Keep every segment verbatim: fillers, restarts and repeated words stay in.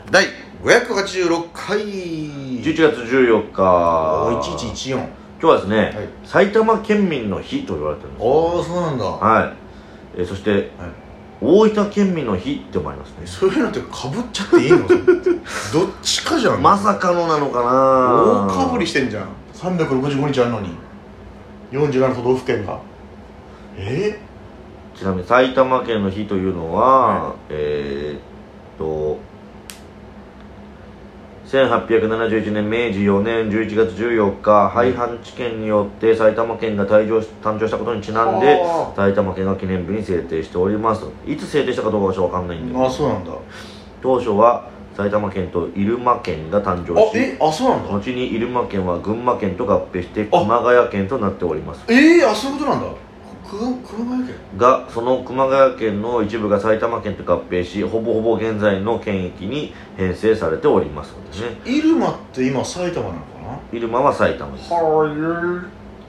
だいごひゃくはちじゅうろっかいじゅういちがつじゅうよっかいちいちいちよん。 今日はですね、 はい、 埼玉県民の日と言われてるんです。 ああ、そうなんだ。 はい、えー、そして、はい、大分県民の日ってもありますね。 そういうのってかぶっちゃっていいの？どっちかじゃん。 まさかのなのかな。 大かぶりしてんじゃん。さんびゃくろくじゅうごにちあるのによんじゅうなな都道府県が。えー、ちなみに埼玉県の日というのは、はい、えー、っとせんはっぴゃくななじゅういちねんめいじよねんじゅういちがつじゅうよっか、廃藩置県によって埼玉県が誕生し、誕生したことにちなんで埼玉県が記念日に制定しております。いつ制定したかどうかは分かんないんで、 あ、そうなんだ。 当初は埼玉県と入間県が誕生し、 あ、え、あ、そうなんだ。 後に入間県は群馬県と合併して熊谷県となっております。 ええー、あ、そういうことなんだ。熊谷県が、その熊谷県の一部が埼玉県と合併し、ほぼほぼ現在の県域に編成されておりますのでね。 入間って今埼玉なのかな。 入間は埼玉です。 はーい、なるほど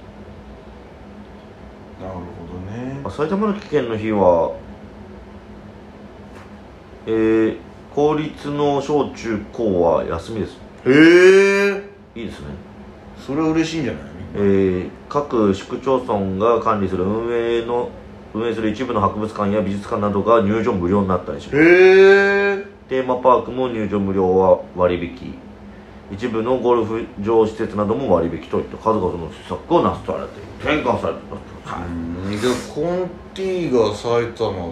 ね。 あ、埼玉県の日は、えー、公立の小中高は休みです。 へえ、 いいですね。 それは嬉しいんじゃない。 えー、各市区町村が管理する運営の運営する一部の博物館や美術館などが入場無料になったりします。 へー。 テーマパークも入場無料は割引、一部のゴルフ場施設なども割引といった数々の施策をなされている、転換されています。はい、 うん、でコンティが埼玉だから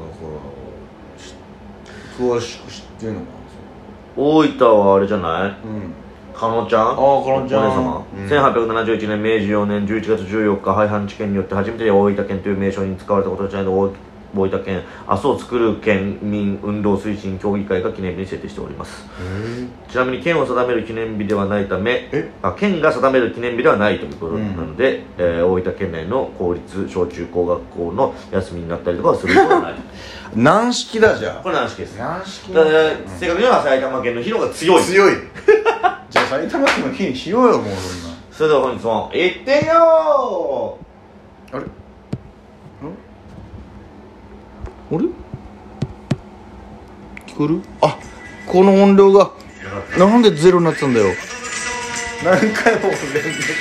詳しく知ってるのかな。 大分はあれじゃない、うん、かのちゃん、ああ、 かのちゃん、お姉様、 うん、せんはっぴゃくななじゅういちねんめいじよねんじゅういちがつじゅうよっか、廃藩置県によって初めて大分県という名称に使われたことにちなんで、大分県明日を作る県民運動推進協議会が記念日に制定しております。ちなみに県を定める記念日ではないため、あ県が定める記念日ではないということなので、うん、えー、大分県内の公立小中高学校の休みになったりとかはすることはない。 軟式だ。じゃあこれ軟式です。 軟式だから、うん、正確には埼玉県の日の方が強い強いじゃあ埼玉県の日にしようよ、もう。 それでは本日も行ってみよう。 あれあれ聞こえる？あ、この音量がなんでゼロになってたんだよ。何回も連続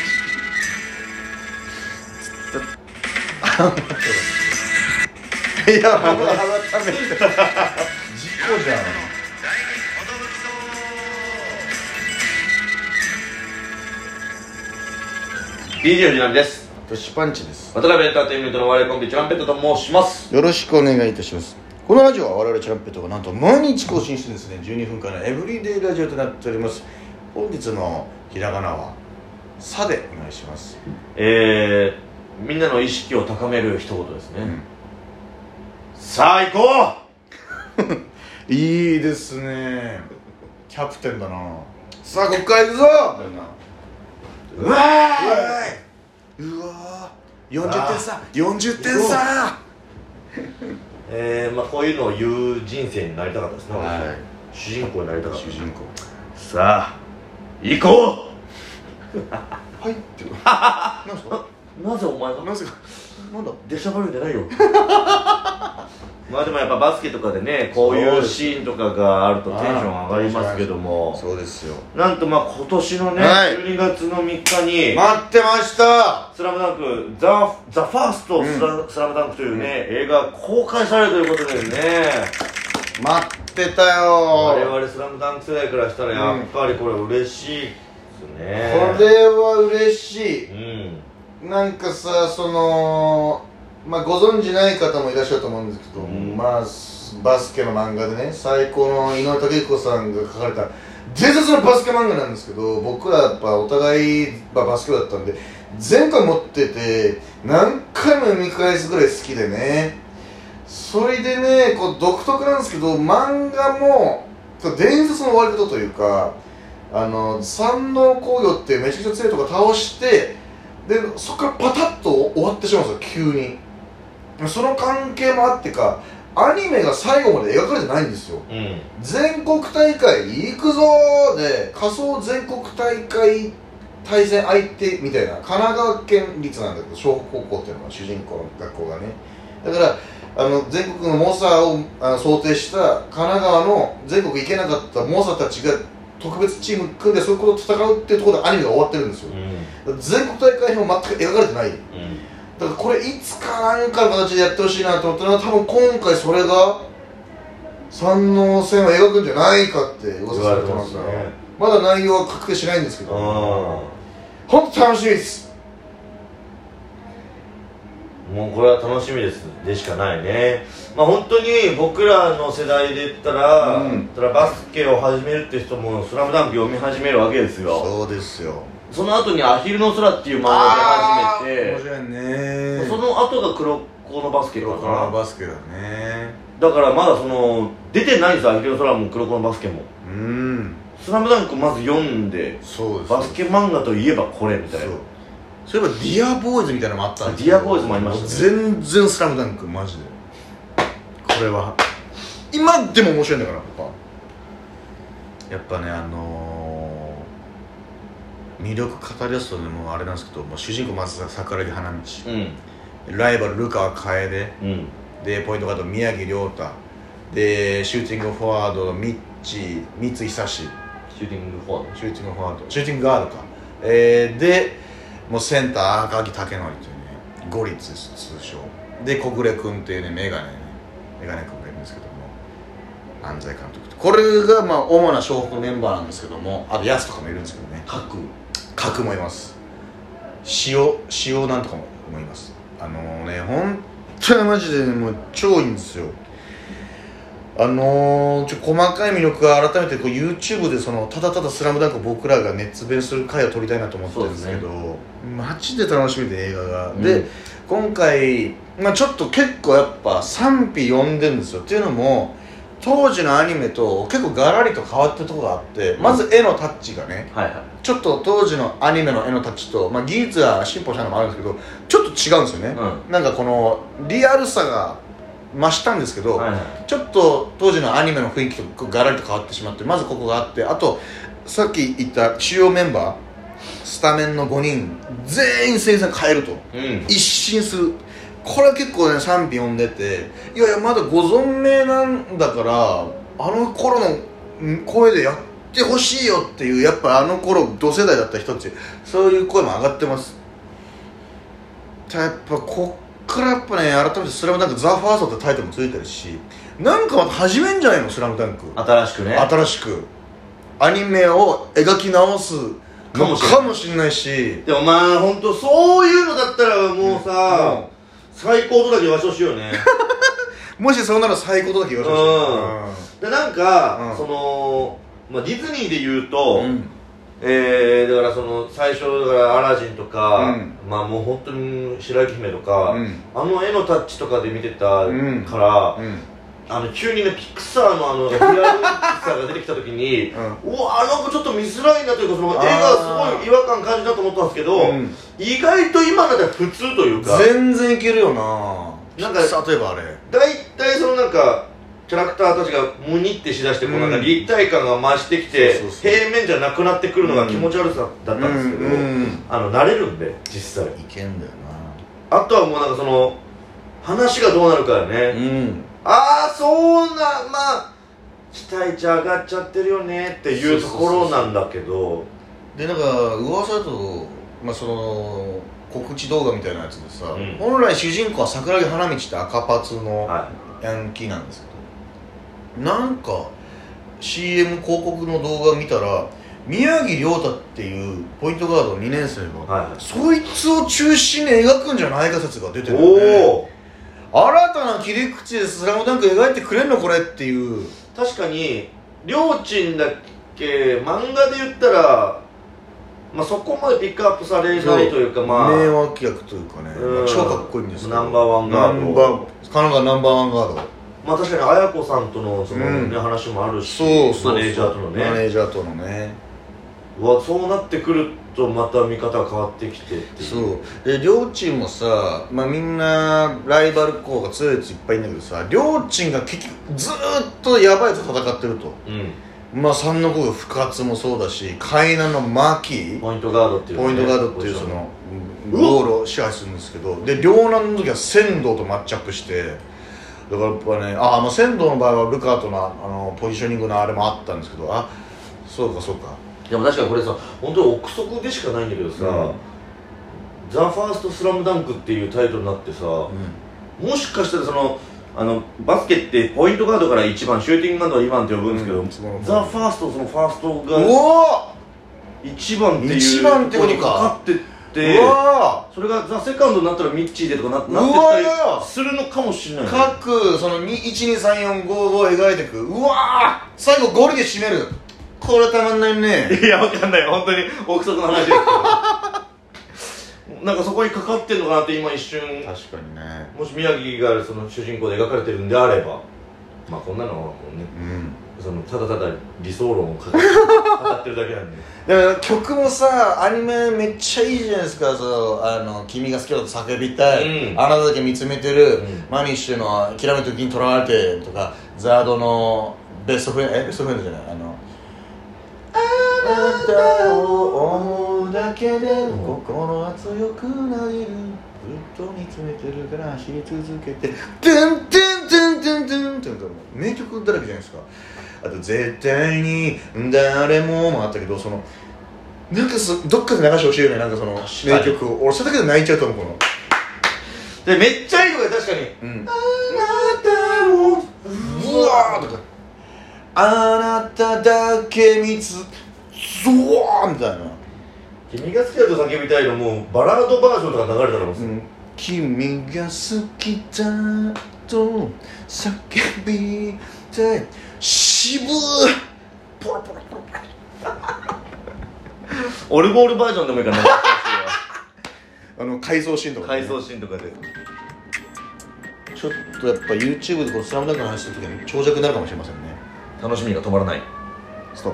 いや、もう改めて事故じゃん。 ディージェー の藤波です。 トシパンチです。 渡辺エンターテインメントの我々コンビチュランペットと申します。 よろしくお願いいたします。このラジオは我々チュランペットがなんと毎日更新してですね、じゅうにふんかんのエブリデイラジオとなっております。本日のひらがなはさでお願いします。 えー、みんなの意識を高める一言ですね、うん、さあ行こういいですね、キャプテンだな。さあこっから行くぞみたいな。うわーうわーよんじゅってん差よんじゅってん差えー、まあこういうのを言う人生になりたかったですね、 はい、 主人公になりたかった。 主人公。 さあ行こうはいってなんすかなぜお前がなぜかなんだ出しゃばるんじゃないよまあでもやっぱバスケとかでね、こういうシーンとかがあるとテンション上がりますけども、 そうですよ。 なんとまあ今年のね、 はい、 じゅうにがつのみっかに待ってましたスラムダンクザ・ザ・ファーストスラ、うん、スラムダンクというね、うん、映画公開されるということでね、 待ってたよ。 我々スラムダンク世代からしたらやっぱりこれ嬉しいですね、 うん、これは嬉しい、 うん、 なんかさ、そのまあご存知ない方もいらっしゃると思うんですけど、うん、まあバスケの漫画でね、最高の井上武彦さんが書かれた伝説のバスケ漫画なんですけど、僕らやっぱお互いバスケだったんで全巻持ってて何回も読み返すぐらい好きでね。それでね、こう独特なんですけど、漫画も伝説の終わり方というか、あの山王工業ってめちゃくちゃ強いとこ倒して、でそこからパタッと終わってしまうんですよ、急に。その関係もあってか、アニメが最後まで描かれてないんですよ、うん、全国大会行くぞーで仮想全国大会対戦相手みたいな、神奈川県立なんだけど湘北高校っていうのが主人公の学校がね。だからあの全国の猛者をあの想定した神奈川の全国行けなかった猛者たちが特別チーム組んでそういうことと戦うっていうところでアニメが終わってるんですよ、うん、全国大会編も全く描かれてない、うん、だからこれいつか何かの形でやってほしいなと思ったのは多分今回それが三能線を描くんじゃないかって噂されてますから、ね、まだ内容は確定しないんですけど本当楽しみです。 もうこれは楽しみですでしかないね。まあ本当に僕らの世代で言ったら、うん、たらバスケを始めるって人もスラムダンク読み始めるわけですよ。 そうですよ。 その後にアヒルの空っていう漫画で始めて、 面白いね。 その後が黒子のバスケかな。 黒子のバスケだね。 だからまだその出てないんですよ、アヒルの空も黒子のバスケも。 うん。 スラムダンクまず読んで、 そうです。 バスケ漫画といえばこれみたいな。 そういえばディアボーイズみたいなのもあったんですよ。ディアボーイズもありましたね。 全然スラムダンクマジでこれは今でも面白いんだからやっぱやっぱねあのー、魅力語り出すとねもうあれなんですけどもう主人公まず桜木花道、うん、ライバルルカワ楓、うん、でポイントガード宮城亮太でシューティングフォワードのミッチ三井久志シューティングフォワードシューティングフォワードシューティングガードか、えー、でもうセンター赤木武則というねゴリッツです通称で小暮君っていうねメガネねメガネ君がいるんですけども安西監督これがまあ主な湘北のメンバーなんですけどもあとヤスとかもいるんですけどね角角もいます塩塩なんとかも思いますあのー、ね本当にマジで、ね、もう超いいんですよあのー、ちょ細かい魅力は改めてこう YouTube でそのただただスラムダンクを僕らが熱弁する回を撮りたいなと思ってるんですけどマジで楽しみで映画が、うん、で今回、まあ、ちょっと結構やっぱ賛否読んでるんですよっていうのも当時のアニメと結構ガラリと変わってるところがあってまず絵のタッチがね、はいはい、ちょっと当時のアニメの絵のタッチと、まあ、技術が進歩したのもあるんですけどちょっと違うんですよね、うん、なんかこのリアルさが増したんですけど、はいはい、ちょっと当時のアニメの雰囲気とガラリと変わってしまってまずここがあってあとさっき言った主要メンバースタメンのごにん全員声優さん変えると、うん、一新するこれは結構ね賛否読んでていやいやまだご存命なんだからあの頃の声でやってほしいよっていうやっぱあの頃同世代だった人たちそういう声も上がってます。やっぱこからやっぱね改めてスラムダンクザ・ファーストってタイトルもついてるしなんかまた始めんじゃないのスラムダンク新しくね新しくアニメを描き直すかもかもしれないしでもまあ本当そういうのだったらもうさ、うん、最高とだけ言わしてほしいよねもしそうなら最高とだけ言わしてほしい、 うん、でなんか、うん、その、まあ、ディズニーで言うと、うんえー、だからその最初だからアラジンとか、うん、まあもう本当に白雪姫とか、うん、あの絵のタッチとかで見てたから、うんうん、あの急にねピクサーのあのリアルピクサーが出てきた時に、うん、うわなんかちょっと見づらいなというかその絵がすごい違和感感じたと思ったんですけど、うん、意外と今だったら普通というか全然いけるよななんか例えばあれ大体そのなんかキャラクターたちがムニってしだしてこうなんか立体感が増してきて平面じゃなくなってくるのが気持ち悪さだったんですけど、うんうん、あの慣れるんで実際いけんだよなあとはもうなんかその話がどうなるかね、うん、ああそうなまあ期待値上がっちゃってるよねっていうところなんだけどでなんか噂だと、まあ、その告知動画みたいなやつでさ、うん、本来主人公は桜木花道って赤パツのヤンキーなんですけど、はいなんか シーエム 広告の動画を見たら宮城亮太っていうポイントガードにねん生が、はい、そいつを中心に描くんじゃないか説が出てるので新たな切り口でスラムダンク描いてくれんのこれっていう確かに両親だっけ漫画で言ったら、まあ、そこまでピックアップされないというかまあ名脇役というかね、まあ、超かっこいいんですけどナンバーワンガード神奈川ナンバーワンガードまあ確かに綾子さんとのその、ねうん、話もあるしそうそうそうマネージャーとのねマネージャーとのねうわそうなってくるとまた見方が変わってきてっていうそうで両チームもさ、まあ、みんなライバル校が強いやついっぱいいるんだけどさ両チームが結局ずーっとやばいやつと戦ってると、うん、まあ三の子が深津もそうだし海南の牧ポイントガードっていう、ね、 ポイントガードっていうそのゴールを支配するんですけどで両南の時は仙道とマッチアップしてだからやっぱね、ああ、まあ仙道の場合はルカとのあのポジショニングのあれもあったんですけど、あ、そうかそうか。 でも確かにこれさ、本当に憶測でしかないんだけどさ、うん、ザ・ファーストスラムダンクっていうタイトルになってさ、うん、もしかしたらそのあのバスケってポイントガードからいちばん、シューティングガードはにばんって呼ぶんですけど、うん、ザ・ファースト、そのファーストがいちばんっていうところにかかってって、それがザ・セカンドになったらミッチーでとか な, なってたりするのかもしれない、ね、 各そのいちにさんよんごごを描いていく。うわー、最後ゴリで締める。これたまんないね。 いや、わかんない、本当に憶測の話ですけどなんかそこにかかってんのかなって今一瞬。 確かにね。 もし宮城がその主人公で描かれてるんであれば、まあこんなのはもうね、うん、そのただただ理想論を語ってるだけなんで。 だから曲もさ、アニメめっちゃいいじゃないですか。そうあの君が好きだと叫びたい、うん、あなただけ見つめてる、うん、マニッシュのきらめ時にとらわれてとか、ザードのベストフレンド、えベストフレンドじゃない、あのあなたを思うだけで心は強くなれる、ずっと見つめてるから走り続けて、トゥントゥントゥントゥントゥントゥントゥン、名曲だらけじゃないですか。あと絶対に誰ももあったけど、そのなんかそどっかで流してほしいよね、なんかその名曲を。俺それだけで泣いちゃうと思う。このでめっちゃいい声、確かに、うん、あなたをうわーとか、 あなただけ見つゾワーみたいな、 君が好きだと叫びたいのもうバラードバージョンとか流れたらもう、うん、 君が好きだと叫びたい、渋ーポロポロポロオルゴールバージョンでもいいかなあの回想シーンとか、 ね、回想シーンとかでちょっとやっぱ YouTube でこのスラムダンクの話するときに長尺になるかもしれませんね。 楽しみが止まらない。